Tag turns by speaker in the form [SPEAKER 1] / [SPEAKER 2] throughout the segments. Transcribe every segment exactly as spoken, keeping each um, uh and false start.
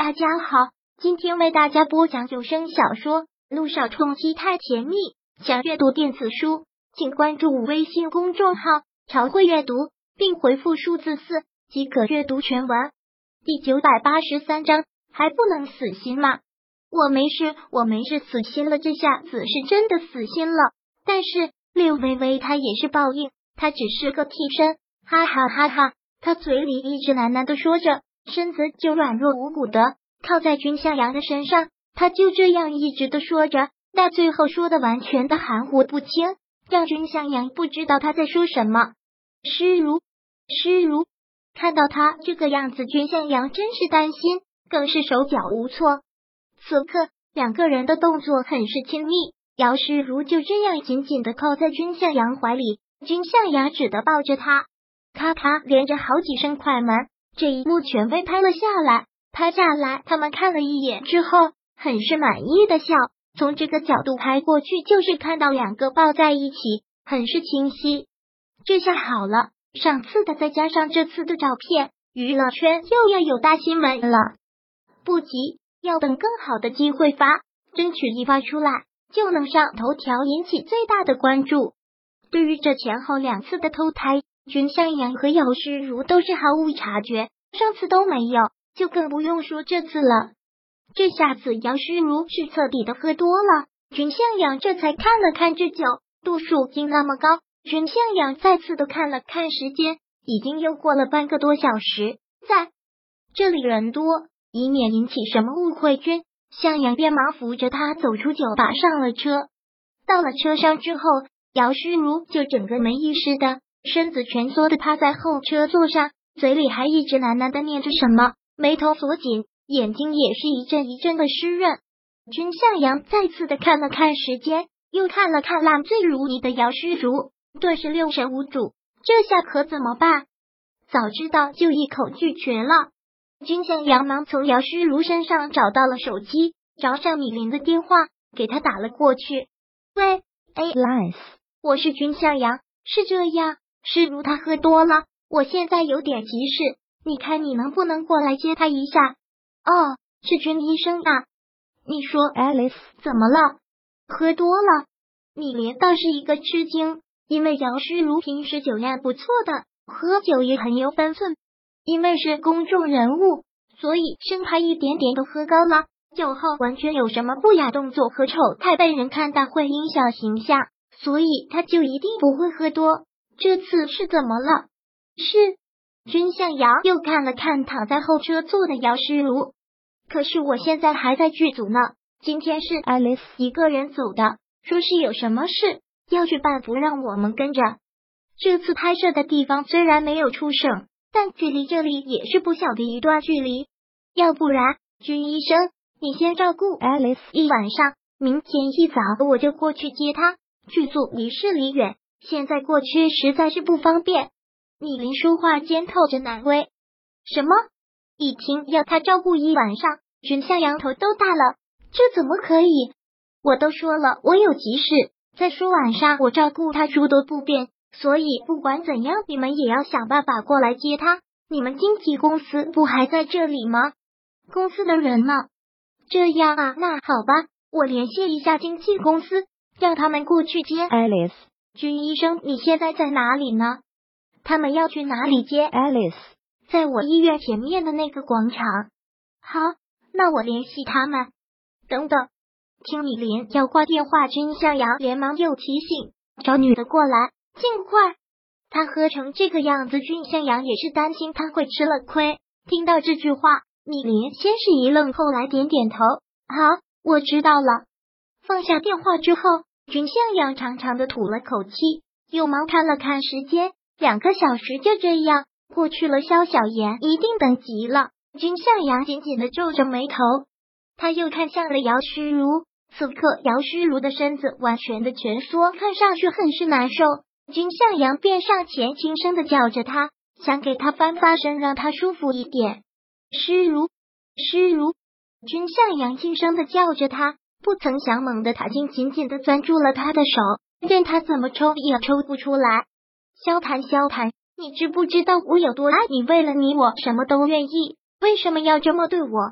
[SPEAKER 1] 大家好，今天为大家播讲有声小说《路上冲击太甜蜜》。想阅读电子书，请关注微信公众号朝会阅读，并回复数字四即可阅读全文。第九百八十三章，还不能死心吗？我没事，我没事，死心了，这下子是真的死心了。但是柳微微她也是报应，她只是个替身，哈哈哈哈！她嘴里一直喃喃的说着，身子就软弱无骨的靠在君向阳的身上，她就这样一直的说着，但最后说的完全的含糊不清，让君向阳不知道他在说什么。诗如，诗如，看到他这个样子，君向阳真是担心，更是手脚无措。此刻两个人的动作很是亲密，姚诗如就这样紧紧的靠在君向阳怀里，君向阳只得抱着他，咔咔连着好几声快门，这一幕全被拍了下来。拍下来，他们看了一眼之后，很是满意的笑。从这个角度拍过去，就是看到两个抱在一起，很是清晰。这下好了，上次的再加上这次的照片，娱乐圈又要有大新闻了。不急，要等更好的机会发，争取一发出来，就能上头条，引起最大的关注。对于这前后两次的偷拍，君向阳和姚诗如都是毫无察觉，上次都没有，就更不用说这次了。这下子姚诗如是彻底的喝多了，君向阳这才看了看这酒，度数竟那么高。君向阳再次的看了看时间，已经又过了半个多小时，在这里人多，以免引起什么误会，君向阳便忙扶着他走出酒吧，上了车。到了车上之后，姚诗如就整个没意识的身子蜷缩的趴在后车座上，嘴里还一直喃喃的念着什么，眉头锁紧，眼睛也是一阵一阵的湿润。君向阳再次的看了看时间，又看了看烂醉如泥的姚诗如，顿时六神无主，这下可怎么办？早知道就一口拒绝了。君向阳忙从姚诗如身上找到了手机，找上米林的电话，给他打了过去。喂 ，Alice， 我是君向阳，是这样，诗如他喝多了，我现在有点急事，你看你能不能过来接他一下？哦，是君医生啊。你说 Alice 怎么了？喝多了。米莲倒是一个吃惊，因为姚诗如平时酒量不错的，喝酒也很有分寸，因为是公众人物，所以生怕一点点都喝高了，酒后完全有什么不雅动作和丑态被人看到会影响形象，所以他就一定不会喝多。这次是怎么了？是君向阳又看了看躺在后车座的姚诗如，可是我现在还在剧组呢，今天是 Alice 一个人走的，说是有什么事要去办服，让我们跟着。这次拍摄的地方虽然没有出省，但距离这里也是不小的一段距离，要不然君医生你先照顾 Alice 一晚上，明天一早我就过去接她。剧组离市里远，现在过去实在是不方便。米林说话间透着难为。什么？一听要他照顾一晚上，君向阳头都大了，这怎么可以？我都说了我有急事，再说晚上我照顾他诸多不便，所以不管怎样你们也要想办法过来接他。你们经纪公司不还在这里吗？公司的人呢？这样啊，那好吧，我联系一下经纪公司，让他们过去接 Alice。 君医生你现在在哪里呢？他们要去哪里接 Alice？ 在我医院前面的那个广场。好，那我联系他们。等等，听米林要挂电话，君向阳连忙又提醒，找女的过来，尽快。他喝成这个样子，君向阳也是担心他会吃了亏。听到这句话，米林先是一愣，后来点点头，好，我知道了。放下电话之后，君向阳长长的吐了口气，又忙看了看时间，两个小时就这样过去了。萧小妍一定等急了。君向阳紧紧的皱着眉头，他又看向了姚诗如，此刻姚诗如的身子完全的蜷缩，看上去很是难受。君向阳便上前轻声的叫着他，想给他翻发声，让他舒服一点。诗如，诗如，君向阳轻声的叫着他，不曾想猛地他竟紧紧的攥住了他的手，任他怎么抽也抽不出来。萧谈萧谈，你知不知道我有多爱你？为了你我什么都愿意，为什么要这么对我？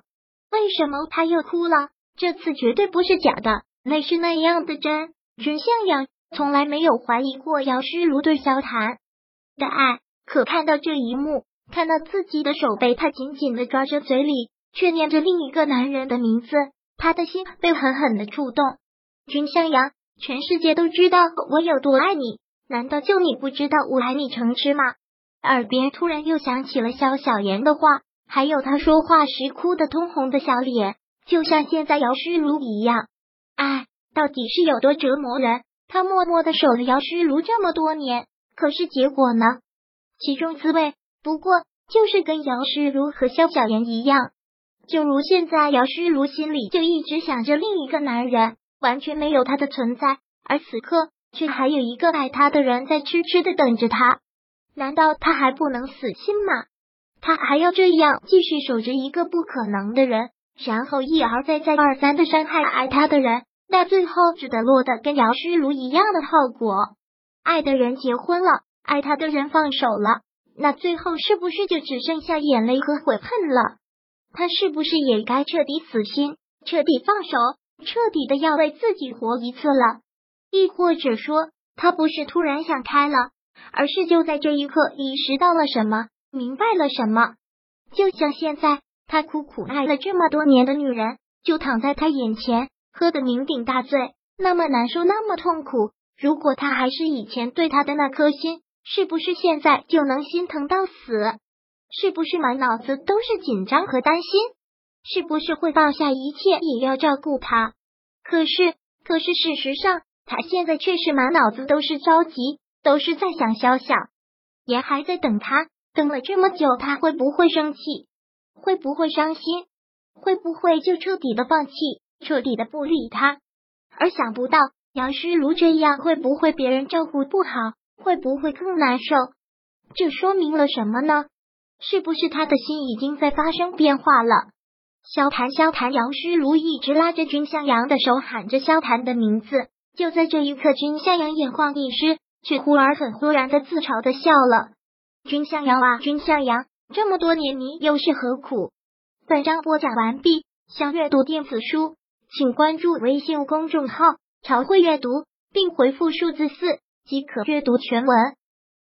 [SPEAKER 1] 为什么他又哭了？这次绝对不是假的，那是那样的真。君向阳从来没有怀疑过姚诗如对萧谈的爱，可看到这一幕，看到自己的手被他紧紧的抓着，嘴里却念着另一个男人的名字，他的心被狠狠的触动。君向阳，全世界都知道我有多爱你，难道就你不知道我爱你成痴吗？耳边突然又想起了萧小言的话，还有他说话时哭得通红的小脸，就像现在姚诗如一样。爱到底是有多折磨人？他默默的守了姚诗如这么多年，可是结果呢？其中滋味不过就是跟姚诗如和萧小言一样，就如现在姚诗如心里就一直想着另一个男人，完全没有他的存在，而此刻却还有一个爱他的人在痴痴的等着他。难道他还不能死心吗？他还要这样继续守着一个不可能的人，然后一而再再而三的伤害爱他的人，那最后只得落得跟姚诗如一样的后果。爱的人结婚了，爱他的人放手了，那最后是不是就只剩下眼泪和悔恨了？他是不是也该彻底死心，彻底放手，彻底的要为自己活一次了？亦或者说，他不是突然想开了，而是就在这一刻意识到了什么，明白了什么。就像现在，他苦苦爱了这么多年的女人，就躺在他眼前，喝得酩酊大醉，那么难受，那么痛苦。如果他还是以前对他的那颗心，是不是现在就能心疼到死？是不是满脑子都是紧张和担心？是不是会放下一切也要照顾他？可是，可是事实上，他现在却是满脑子都是着急，都是在想萧小言还在等他，等了这么久，他会不会生气？会不会伤心？会不会就彻底的放弃，彻底的不理他？而想不到姚诗如这样，会不会别人照顾不好？会不会更难受？这说明了什么呢？是不是他的心已经在发生变化了？萧谈萧谈，姚诗如一直拉着君向阳的手，喊着萧谈的名字。就在这一刻，君向阳眼眶一湿，却忽而很忽然的自嘲的笑了。君向阳啊，君向阳，这么多年你又是何苦？本章播讲完毕，想阅读电子书，请关注微信公众号“朝会阅读”，并回复数字四即可阅读全文。